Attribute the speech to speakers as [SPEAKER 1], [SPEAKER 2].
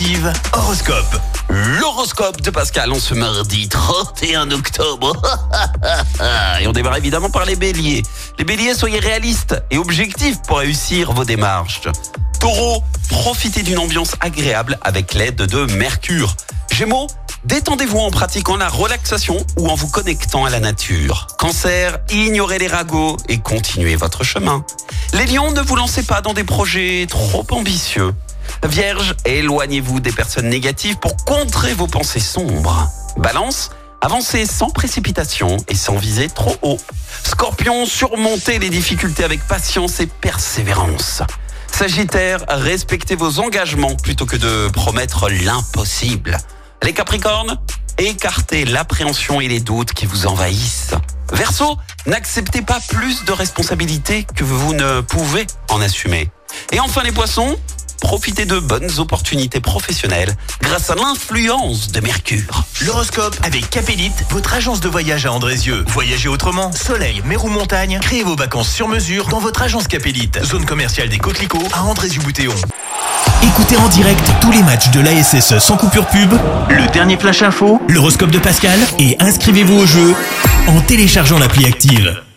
[SPEAKER 1] Active, horoscope.
[SPEAKER 2] L'horoscope de Pascal en ce mardi 31 octobre. Et on démarre évidemment par les béliers. Les béliers, soyez réalistes et objectifs pour réussir vos démarches. Taureau, profitez d'une ambiance agréable avec l'aide de Mercure. Gémeaux, détendez-vous en pratiquant la relaxation ou en vous connectant à la nature. Cancer, ignorez les ragots et continuez votre chemin. Les lions, ne vous lancez pas dans des projets trop ambitieux. Vierge, éloignez-vous des personnes négatives pour contrer vos pensées sombres. Balance, avancez sans précipitation et sans viser trop haut. Scorpion, surmontez les difficultés avec patience et persévérance. Sagittaire, respectez vos engagements plutôt que de promettre l'impossible. Les Capricornes, écartez l'appréhension et les doutes qui vous envahissent. Verseau, n'acceptez pas plus de responsabilités que vous ne pouvez en assumer. Et enfin les Poissons, profitez de bonnes opportunités professionnelles grâce à l'influence de Mercure.
[SPEAKER 1] L'horoscope avec Capélite, votre agence de voyage à Andrézieux. Voyagez autrement, soleil, mer ou montagne, créez vos vacances sur mesure dans votre agence Capélite. Zone commerciale des Coquelicots à Andrézieux-Boutéon. Écoutez en direct tous les matchs de l'ASSE sans coupure pub, le dernier flash info, l'horoscope de Pascal et inscrivez-vous au jeu en téléchargeant l'appli Active.